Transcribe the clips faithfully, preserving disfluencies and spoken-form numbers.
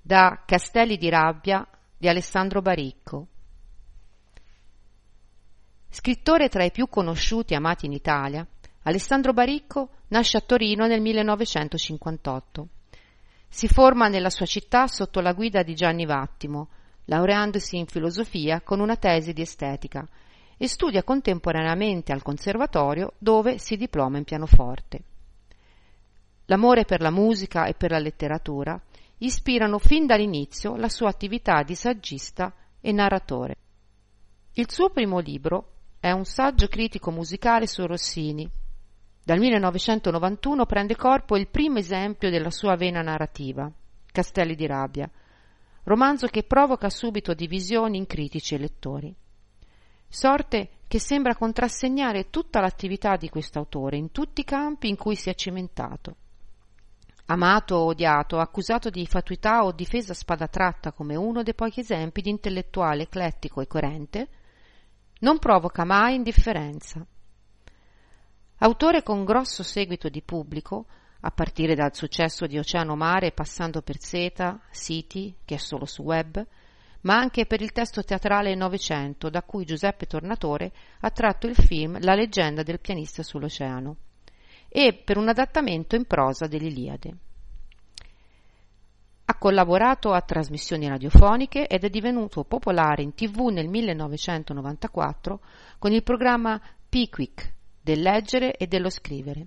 da Castelli di Rabbia di Alessandro Baricco. Scrittore tra i più conosciuti e amati in Italia, Alessandro Baricco nasce a Torino nel millenovecentocinquantotto. Si forma nella sua città sotto la guida di Gianni Vattimo, laureandosi in filosofia con una tesi di estetica, e studia contemporaneamente al conservatorio, dove si diploma in pianoforte. L'amore per la musica e per la letteratura ispirano fin dall'inizio la sua attività di saggista e narratore. Il suo primo libro è un saggio critico musicale su Rossini. Dal millenovecentonovantuno prende corpo il primo esempio della sua vena narrativa, Castelli di Rabbia, romanzo che provoca subito divisioni in critici e lettori. Sorte che sembra contrassegnare tutta l'attività di quest'autore in tutti i campi in cui si è cimentato. Amato o odiato, accusato di fatuità o difesa a spada tratta come uno dei pochi esempi di intellettuale eclettico e coerente, non provoca mai indifferenza. Autore con grosso seguito di pubblico, a partire dal successo di Oceano Mare passando per Zeta, City, che è solo su web, ma anche per il testo teatrale Novecento, da cui Giuseppe Tornatore ha tratto il film La leggenda del pianista sull'oceano, e per un adattamento in prosa dell'Iliade. Ha collaborato a trasmissioni radiofoniche ed è divenuto popolare in tivù nel millenovecentonovantaquattro con il programma Pickwick, del leggere e dello scrivere.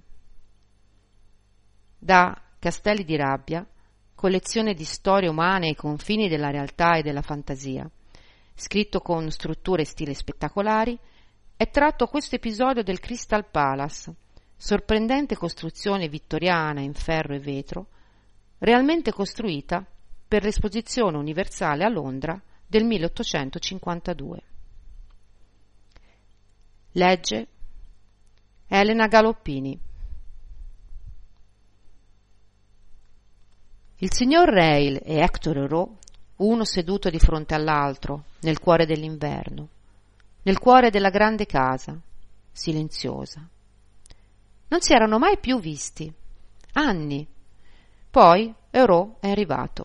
Da Castelli di Rabbia, collezione di storie umane ai confini della realtà e della fantasia, scritto con strutture e stili spettacolari, è tratto questo episodio del Crystal Palace, sorprendente costruzione vittoriana in ferro e vetro, realmente costruita per l'Esposizione Universale a Londra del milleottocentocinquantadue. Legge Elena Galoppini. Il signor Reil e Hector Rowe, uno seduto di fronte all'altro, nel cuore dell'inverno, nel cuore della grande casa, silenziosa. Non si erano mai più visti. Anni. Poi Rowe è arrivato.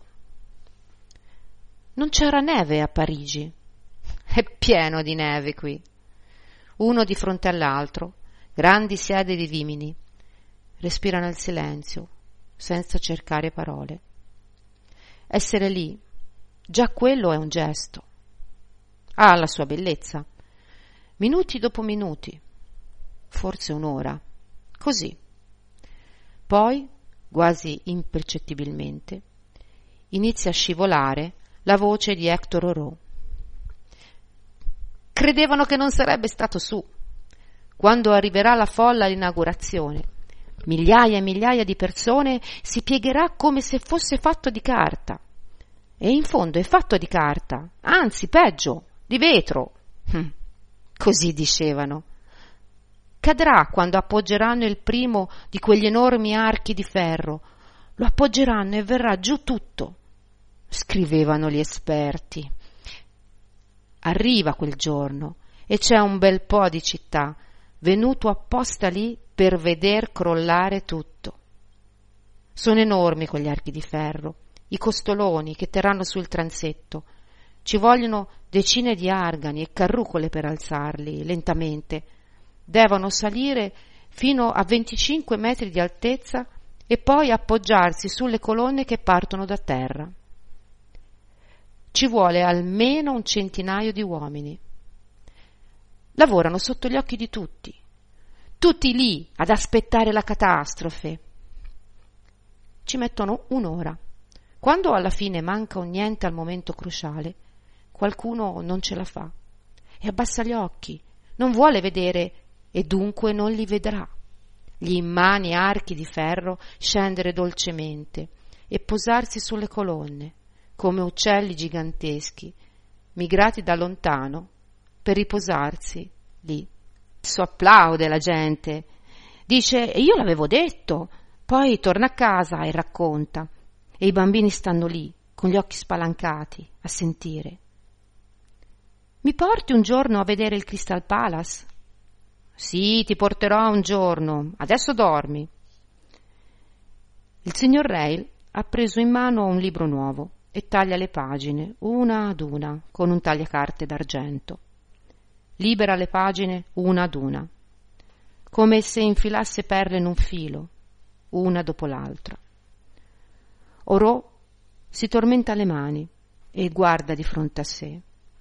Non c'era neve a Parigi. È pieno di neve qui. Uno di fronte all'altro, grandi siede di vimini, respirano il silenzio, senza cercare parole. Essere lì, già quello è un gesto. Ha la sua bellezza. Minuti dopo minuti, forse un'ora, così. Poi, quasi impercettibilmente, inizia a scivolare la voce di Hector Rowe. Credevano che non sarebbe stato su. Quando arriverà la folla all'inaugurazione, migliaia e migliaia di persone, si piegherà come se fosse fatto di carta. E in fondo è fatto di carta, anzi, peggio, di vetro. Hm, così dicevano. Cadrà quando appoggeranno il primo di quegli enormi archi di ferro. Lo appoggeranno e verrà giù tutto, scrivevano gli esperti. Arriva quel giorno e c'è un bel po' di città venuto apposta lì per veder crollare tutto. Sono enormi quegli archi di ferro, i costoloni che terranno sul transetto. Ci vogliono decine di argani e carrucole per alzarli lentamente. Devono salire fino a venticinque metri di altezza e poi appoggiarsi sulle colonne che partono da terra. Ci vuole almeno un centinaio di uomini. Lavorano sotto gli occhi di tutti, tutti lì ad aspettare la catastrofe. Ci mettono un'ora. Quando alla fine manca un niente al momento cruciale, qualcuno non ce la fa e abbassa gli occhi, non vuole vedere e dunque non li vedrà. Gli immani archi di ferro scendere dolcemente e posarsi sulle colonne, come uccelli giganteschi, migrati da lontano per riposarsi lì. So applaude la gente, dice io l'avevo detto, poi torna a casa e racconta, e i bambini stanno lì con gli occhi spalancati a sentire. Mi porti un giorno a vedere il Crystal Palace? Sì, ti porterò un giorno, adesso dormi. Il signor Reil ha preso in mano un libro nuovo e taglia le pagine, una ad una, con un tagliacarte d'argento. Libera le pagine una ad una, come se infilasse perle in un filo, una dopo l'altra. Orò si tormenta le mani e guarda di fronte a sé.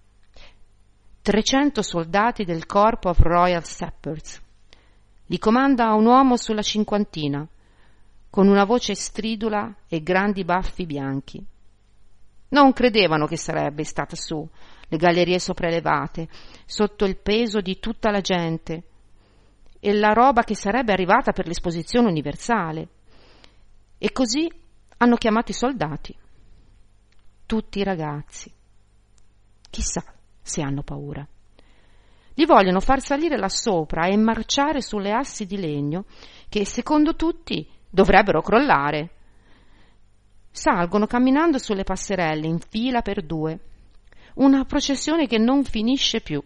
Trecento soldati del Corps of Royal Sappers. Li comanda un uomo sulla cinquantina, con una voce stridula e grandi baffi bianchi. Non credevano che sarebbe stata su, le gallerie sopraelevate, sotto il peso di tutta la gente, e la roba che sarebbe arrivata per l'esposizione universale. E così hanno chiamato i soldati, tutti ragazzi. Chissà se hanno paura. Li vogliono far salire là sopra e marciare sulle assi di legno che, secondo tutti, dovrebbero crollare. Salgono camminando sulle passerelle in fila per due, una processione che non finisce più.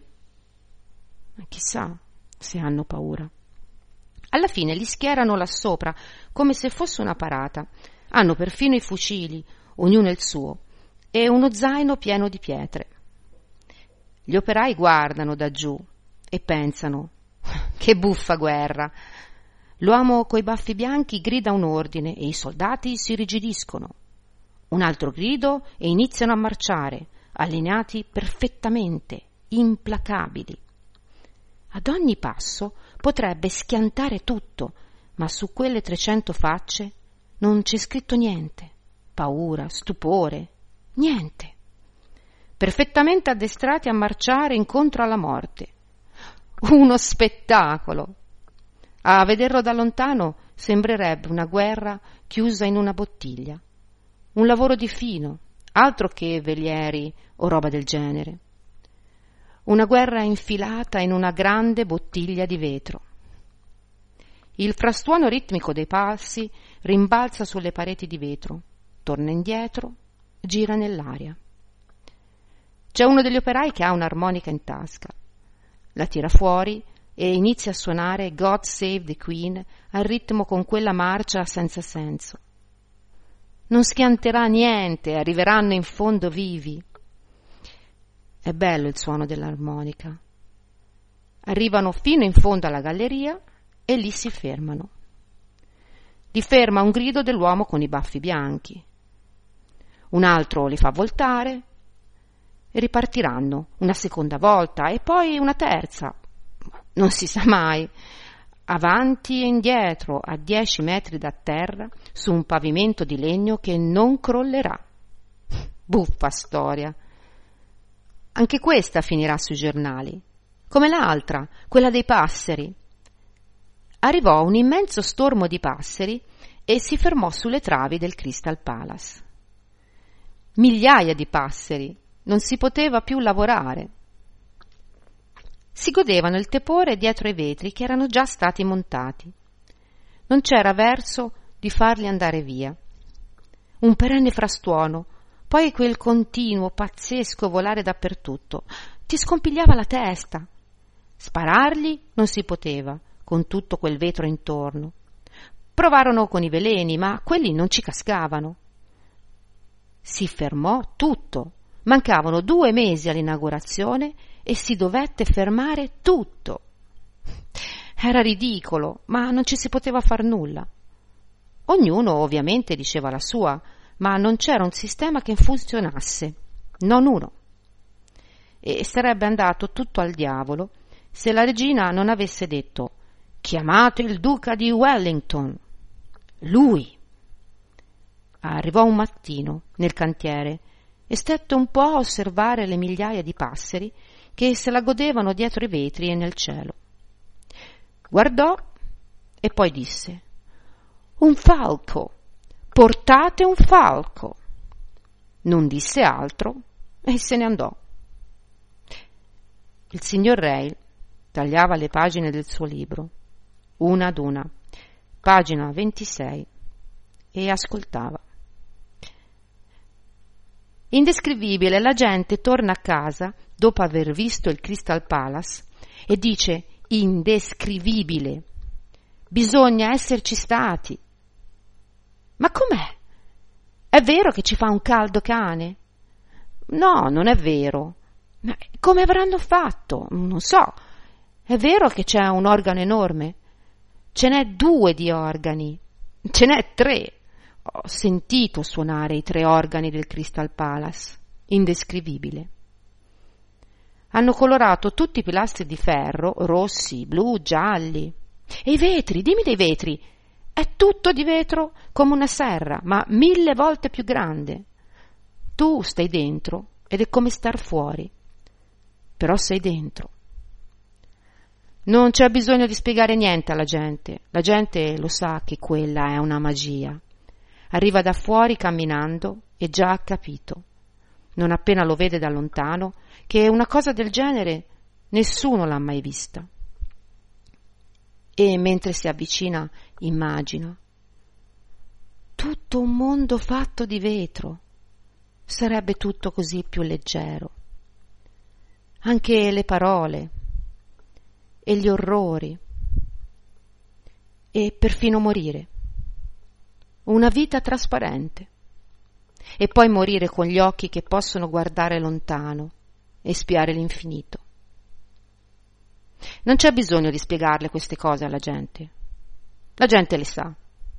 Chissà se hanno paura. Alla fine li schierano là sopra come se fosse una parata. Hanno perfino i fucili, ognuno il suo, e uno zaino pieno di pietre. Gli operai guardano da giù e pensano: che buffa guerra! L'uomo coi baffi bianchi grida un ordine e i soldati si irrigidiscono. Un altro grido e iniziano a marciare, allineati perfettamente, implacabili. Ad ogni passo potrebbe schiantare tutto, ma su quelle trecento facce non c'è scritto niente. Paura, stupore, niente. Perfettamente addestrati a marciare incontro alla morte. Uno spettacolo! A vederlo da lontano sembrerebbe una guerra chiusa in una bottiglia. Un lavoro di fino, altro che velieri o roba del genere. Una guerra infilata in una grande bottiglia di vetro. Il frastuono ritmico dei passi rimbalza sulle pareti di vetro, torna indietro, gira nell'aria. C'è uno degli operai che ha un'armonica in tasca. La tira fuori e inizia a suonare God Save the Queen al ritmo con quella marcia senza senso. Non schianterà niente, arriveranno in fondo vivi. È bello il suono dell'armonica. Arrivano fino in fondo alla galleria e lì si fermano. Li ferma un grido dell'uomo con i baffi bianchi. Un altro li fa voltare e ripartiranno una seconda volta e poi una terza. Non si sa mai. Avanti e indietro a dieci metri da terra su un pavimento di legno che non crollerà. Buffa storia. Anche questa finirà sui giornali, come l'altra, quella dei passeri. Arrivò un immenso stormo di passeri e si fermò sulle travi del Crystal Palace. Migliaia di passeri, non si poteva più lavorare. Si godevano il tepore dietro ai vetri che erano già stati montati. Non c'era verso di farli andare via. Un perenne frastuono, poi quel continuo, pazzesco volare dappertutto. Ti scompigliava la testa. Sparargli non si poteva, con tutto quel vetro intorno. Provarono con i veleni, ma quelli non ci cascavano. Si fermò tutto. Mancavano due mesi all'inaugurazione e si dovette fermare tutto. Era ridicolo, ma non ci si poteva far nulla. Ognuno ovviamente diceva la sua, ma non c'era un sistema che funzionasse, non uno. E sarebbe andato tutto al diavolo se la regina non avesse detto: chiamate il duca di Wellington. Lui. Arrivò un mattino nel cantiere e stette un po' a osservare le migliaia di passeri che se la godevano dietro i vetri e nel cielo. Guardò e poi disse: un falco, portate un falco. Non disse altro e se ne andò. Il signor Rale tagliava le pagine del suo libro, una ad una, pagina ventisei, e ascoltava. Indescrivibile, la gente torna a casa dopo aver visto il Crystal Palace e dice: indescrivibile, bisogna esserci stati. Ma com'è? È vero che ci fa un caldo cane? No, non è vero. Ma come avranno fatto? Non so. È vero che c'è un organo enorme? Ce n'è due di organi. Ce n'è tre. Ho sentito suonare i tre organi del Crystal Palace. Indescrivibile. Hanno colorato tutti i pilastri di ferro, rossi, blu, gialli. E i vetri, dimmi dei vetri. È tutto di vetro come una serra, ma mille volte più grande. Tu stai dentro ed è come star fuori. Però sei dentro. Non c'è bisogno di spiegare niente alla gente. La gente lo sa che quella è una magia. Arriva da fuori camminando e già ha capito, non appena lo vede da lontano, che una cosa del genere nessuno l'ha mai vista. E mentre si avvicina immagina tutto un mondo fatto di vetro. Sarebbe tutto così più leggero. Anche le parole e gli orrori e perfino morire. Una vita trasparente. E poi morire con gli occhi che possono guardare lontano e spiare l'infinito. Non c'è bisogno di spiegarle queste cose alla gente. La gente le sa.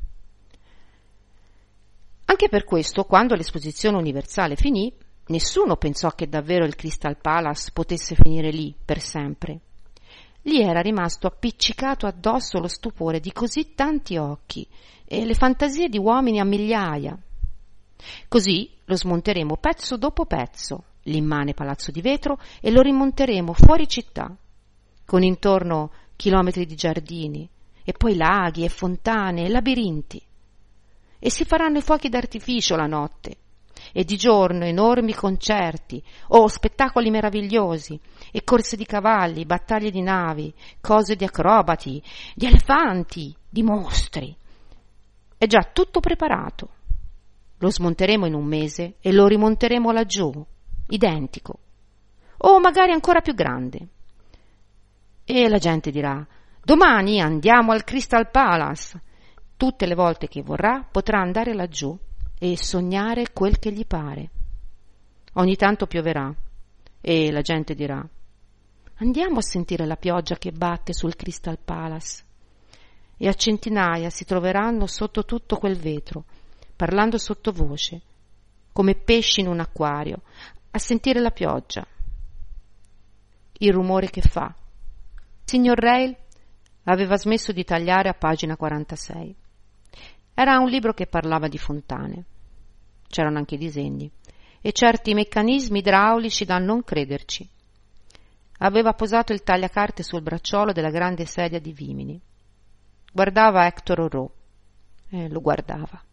Anche per questo, quando l'esposizione universale finì, nessuno pensò che davvero il Crystal Palace potesse finire lì per sempre. Gli era rimasto appiccicato addosso lo stupore di così tanti occhi e le fantasie di uomini a migliaia. Così lo smonteremo pezzo dopo pezzo, l'immane palazzo di vetro, e lo rimonteremo fuori città, con intorno chilometri di giardini, e poi laghi e fontane e labirinti. E si faranno i fuochi d'artificio la notte, e di giorno enormi concerti, o spettacoli meravigliosi, e corse di cavalli, battaglie di navi, cose di acrobati, di elefanti, di mostri. È già tutto preparato. Lo smonteremo in un mese e lo rimonteremo laggiù, identico, o magari ancora più grande. E la gente dirà: domani andiamo al Crystal Palace. Tutte le volte che vorrà potrà andare laggiù e sognare quel che gli pare. Ogni tanto pioverà e la gente dirà: andiamo a sentire la pioggia che batte sul Crystal Palace. E a centinaia si troveranno sotto tutto quel vetro, parlando sottovoce, come pesci in un acquario, a sentire la pioggia. Il rumore che fa. Signor Rale aveva smesso di tagliare a pagina quarantasei. Era un libro che parlava di fontane. C'erano anche i disegni e certi meccanismi idraulici da non crederci. Aveva posato il tagliacarte sul bracciolo della grande sedia di vimini. Guardava Hector Rowe e lo guardava.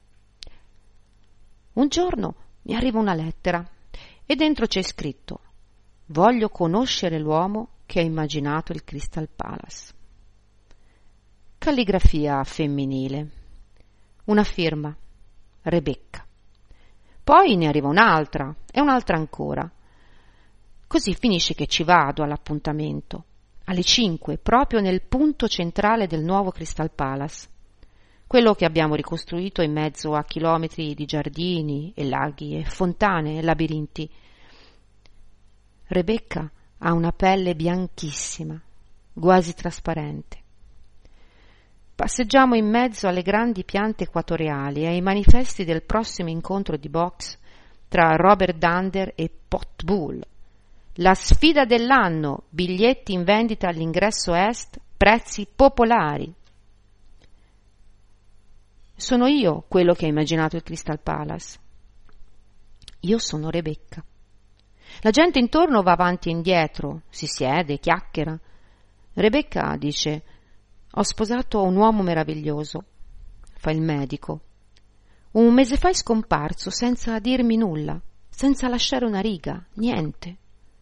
Un giorno mi arriva una lettera e dentro c'è scritto: voglio conoscere l'uomo che ha immaginato il Crystal Palace. Calligrafia femminile. Una firma, Rebecca. Poi ne arriva un'altra e un'altra ancora. Così finisce che ci vado all'appuntamento, alle cinque, proprio nel punto centrale del nuovo Crystal Palace, quello che abbiamo ricostruito in mezzo a chilometri di giardini e laghi e fontane e labirinti. Rebecca ha una pelle bianchissima, quasi trasparente. Passeggiamo in mezzo alle grandi piante equatoriali e ai manifesti del prossimo incontro di box tra Robert Dunder e Pot Bull. La sfida dell'anno, biglietti in vendita all'ingresso est, prezzi popolari. Sono io quello che ha immaginato il Crystal Palace. Io sono Rebecca. La gente intorno va avanti e indietro, si siede, chiacchiera. Rebecca dice: ho sposato un uomo meraviglioso. Fa il medico. Un mese fa è scomparso senza dirmi nulla, senza lasciare una riga, niente.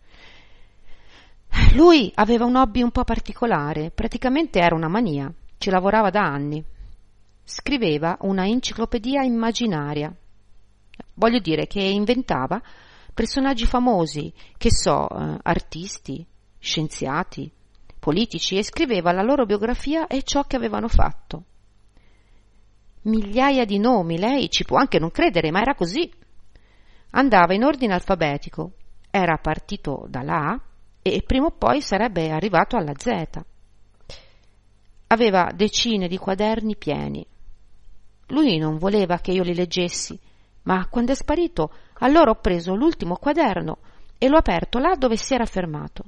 Lui aveva un hobby un po' particolare, praticamente era una mania, ci lavorava da anni. Scriveva una enciclopedia immaginaria. Voglio dire che inventava personaggi famosi, che so, eh, artisti, scienziati, politici, e scriveva la loro biografia e ciò che avevano fatto. migliaia di nomi, lei ci può anche non credere, ma era così. Andava in ordine alfabetico, era partito dalla A e prima o poi sarebbe arrivato alla Z. Aveva decine di quaderni pieni. Lui non voleva che io li leggessi, ma quando è sparito, allora ho preso l'ultimo quaderno e l'ho aperto là dove si era fermato.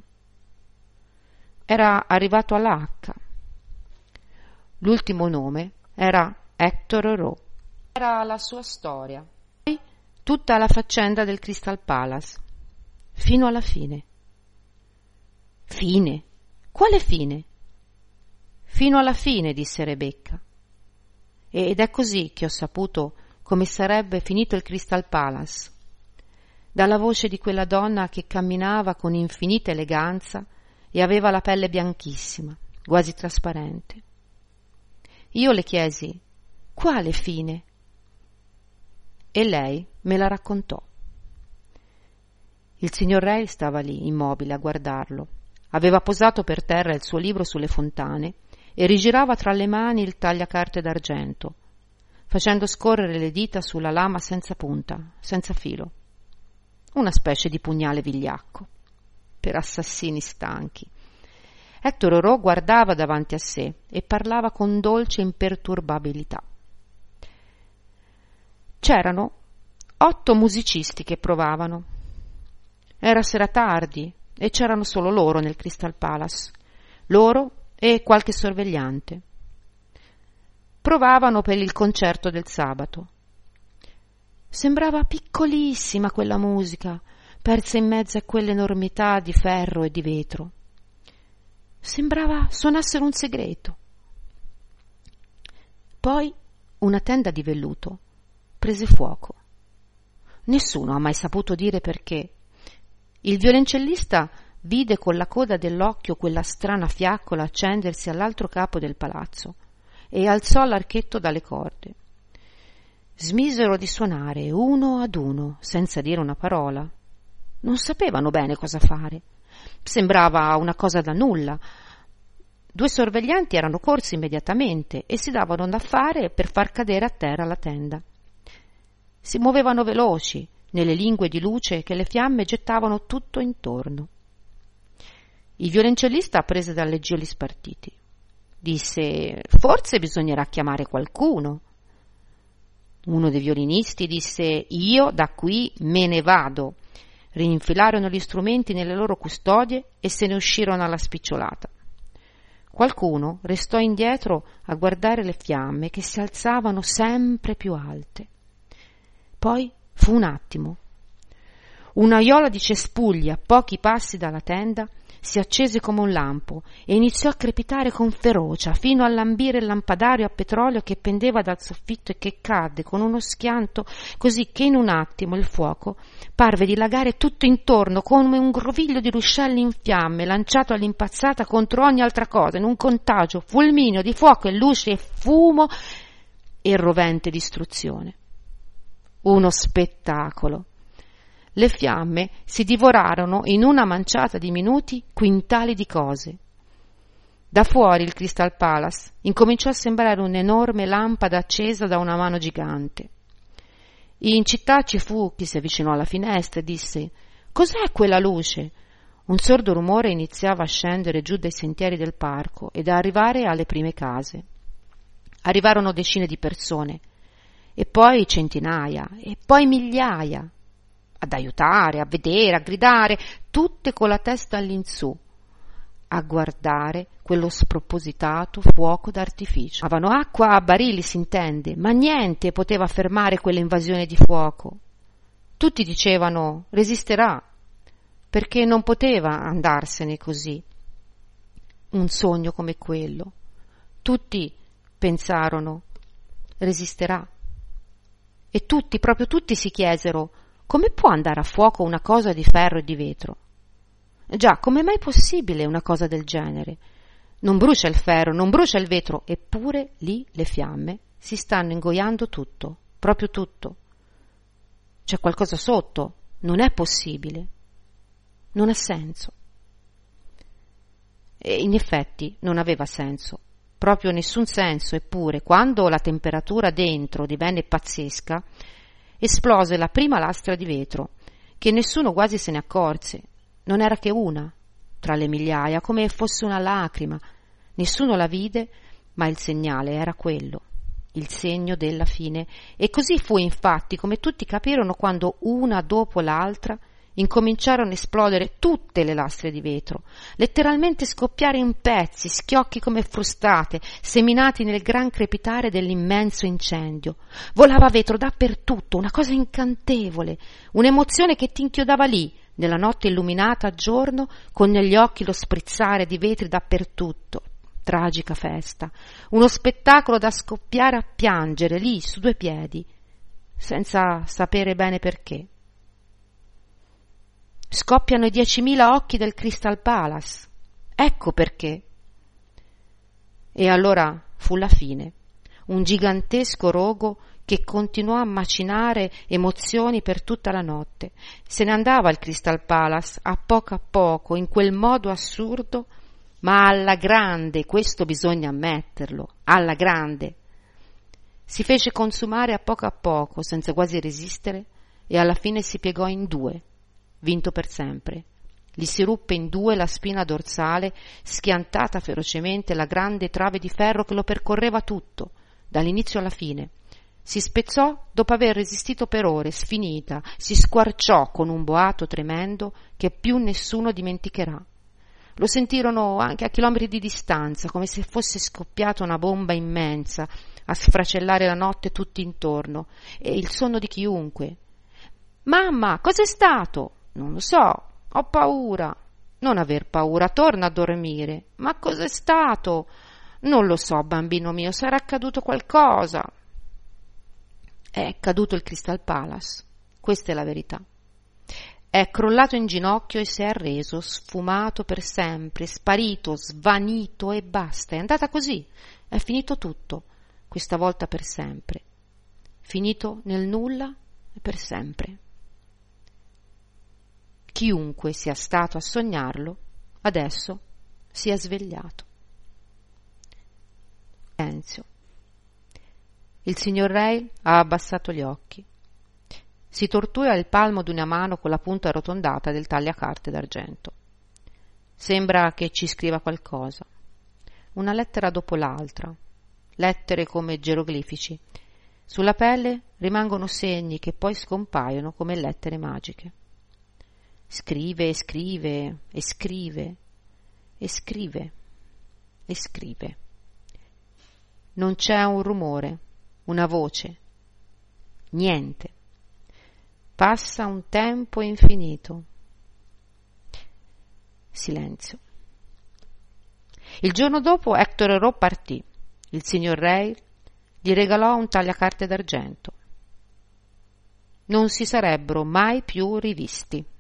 Era arrivato alla H. L'ultimo nome era Hector Rowe. Era la sua storia. Poi tutta la faccenda del Crystal Palace, fino alla fine. Fine? Quale fine? Fino alla fine, disse Rebecca. Ed è così che ho saputo come sarebbe finito il Crystal Palace, dalla voce di quella donna che camminava con infinita eleganza e aveva la pelle bianchissima, quasi trasparente. Io le chiesi: quale fine? E lei me la raccontò. Il signor Ray stava lì, immobile, a guardarlo. Aveva posato per terra il suo libro sulle fontane e rigirava tra le mani il tagliacarte d'argento, facendo scorrere le dita sulla lama senza punta, senza filo. Una specie di pugnale vigliacco per assassini stanchi. Hector Rowe guardava davanti a sé e parlava con dolce imperturbabilità. C'erano otto musicisti che provavano. Era sera tardi e c'erano solo loro nel Crystal Palace, loro e qualche sorvegliante. Provavano per il concerto del sabato. Sembrava piccolissima quella musica, persa in mezzo a quell'enormità di ferro e di vetro. Sembrava suonassero un segreto. Poi una tenda di velluto prese fuoco. Nessuno ha mai saputo dire perché. Il violoncellista vide con la coda dell'occhio quella strana fiaccola accendersi all'altro capo del palazzo e alzò l'archetto dalle corde. Smisero di suonare uno ad uno, senza dire una parola. Non sapevano bene cosa fare. Sembrava una cosa da nulla. Due sorveglianti erano corsi immediatamente e si davano da fare per far cadere a terra la tenda. Si muovevano veloci nelle lingue di luce che le fiamme gettavano tutto intorno. Il violoncellista prese dalle leggioli spartiti. Disse: forse bisognerà chiamare qualcuno. Uno dei violinisti disse: io da qui me ne vado. Rinfilarono gli strumenti nelle loro custodie e se ne uscirono alla spicciolata. Qualcuno restò indietro a guardare le fiamme che si alzavano sempre più alte. Poi fu un attimo. Un'aiola di cespugli a pochi passi dalla tenda si accese come un lampo e iniziò a crepitare con ferocia fino a lambire il lampadario a petrolio che pendeva dal soffitto e che cadde con uno schianto così che in un attimo il fuoco parve dilagare tutto intorno come un groviglio di ruscelli in fiamme lanciato all'impazzata contro ogni altra cosa in un contagio fulmineo di fuoco e luce e fumo e rovente distruzione. Uno spettacolo. Le fiamme si divorarono in una manciata di minuti quintali di cose. Da fuori il Crystal Palace incominciò a sembrare un'enorme lampada accesa da una mano gigante. In città ci fu chi si avvicinò alla finestra e disse: «Cos'è quella luce?» Un sordo rumore iniziava a scendere giù dai sentieri del parco ed a arrivare alle prime case. Arrivarono decine di persone, e poi centinaia, e poi migliaia, ad aiutare, a vedere, a gridare, tutte con la testa all'insù, a guardare quello spropositato fuoco d'artificio. Avevano acqua a barili, si intende, ma niente poteva fermare quell'invasione di fuoco. Tutti dicevano: resisterà, perché non poteva andarsene così. Un sogno come quello. Tutti pensarono: resisterà. E tutti, proprio tutti si chiesero: come può andare a fuoco una cosa di ferro e di vetro? Già, com'è mai possibile una cosa del genere? Non brucia il ferro, non brucia il vetro, eppure lì le fiamme si stanno ingoiando tutto, proprio tutto. C'è qualcosa sotto, non è possibile, non ha senso. E in effetti non aveva senso, proprio nessun senso, eppure, quando la temperatura dentro divenne pazzesca, esplose la prima lastra di vetro, che nessuno quasi se ne accorse. Non era che una, tra le migliaia, come fosse una lacrima. Nessuno la vide, ma il segnale era quello, il segno della fine. E così fu infatti, come tutti capirono quando una dopo l'altra incominciarono a esplodere tutte le lastre di vetro, letteralmente scoppiare in pezzi, schiocchi come frustate, seminati nel gran crepitare dell'immenso incendio. Volava vetro dappertutto, una cosa incantevole, un'emozione che ti inchiodava lì, nella notte illuminata a giorno, con negli occhi lo sprizzare di vetri dappertutto. Tragica festa, uno spettacolo da scoppiare a piangere lì su due piedi, senza sapere bene perché. Scoppiano i diecimila occhi del Crystal Palace, ecco perché. E allora fu la fine, un gigantesco rogo che continuò a macinare emozioni per tutta la notte. Se ne andava il Crystal Palace a poco a poco, in quel modo assurdo, ma alla grande, questo bisogna ammetterlo, alla grande. Si fece consumare a poco a poco, senza quasi resistere, e alla fine si piegò in due, vinto per sempre. Gli si ruppe in due la spina dorsale, schiantata ferocemente la grande trave di ferro che lo percorreva tutto, dall'inizio alla fine. Si spezzò dopo aver resistito per ore, sfinita, si squarciò con un boato tremendo che più nessuno dimenticherà. Lo sentirono anche a chilometri di distanza, come se fosse scoppiata una bomba immensa a sfracellare la notte tutti intorno, e il sonno di chiunque. «Mamma, cos'è stato?» «Non lo so, ho paura». «Non aver paura, torna a dormire». «Ma cos'è stato?» «Non lo so, bambino mio, sarà accaduto qualcosa». È caduto il Crystal Palace, questa è la verità. È crollato in ginocchio e si è arreso, sfumato per sempre, sparito, svanito e basta. È andata così, è finito tutto, questa volta per sempre. Finito nel nulla e per sempre. Chiunque sia stato a sognarlo, adesso si è svegliato. Silenzio. Il signor Ray ha abbassato gli occhi. Si tortura il palmo di una mano con la punta arrotondata del tagliacarte d'argento. Sembra che ci scriva qualcosa. Una lettera dopo l'altra. Lettere come geroglifici. Sulla pelle rimangono segni che poi scompaiono come lettere magiche. Scrive e scrive e scrive e scrive e scrive. Non c'è un rumore, una voce, niente. Passa un tempo infinito. Silenzio. Il giorno dopo Hector Rowe partì. Il signor Ray gli regalò un tagliacarte d'argento. Non si sarebbero mai più rivisti.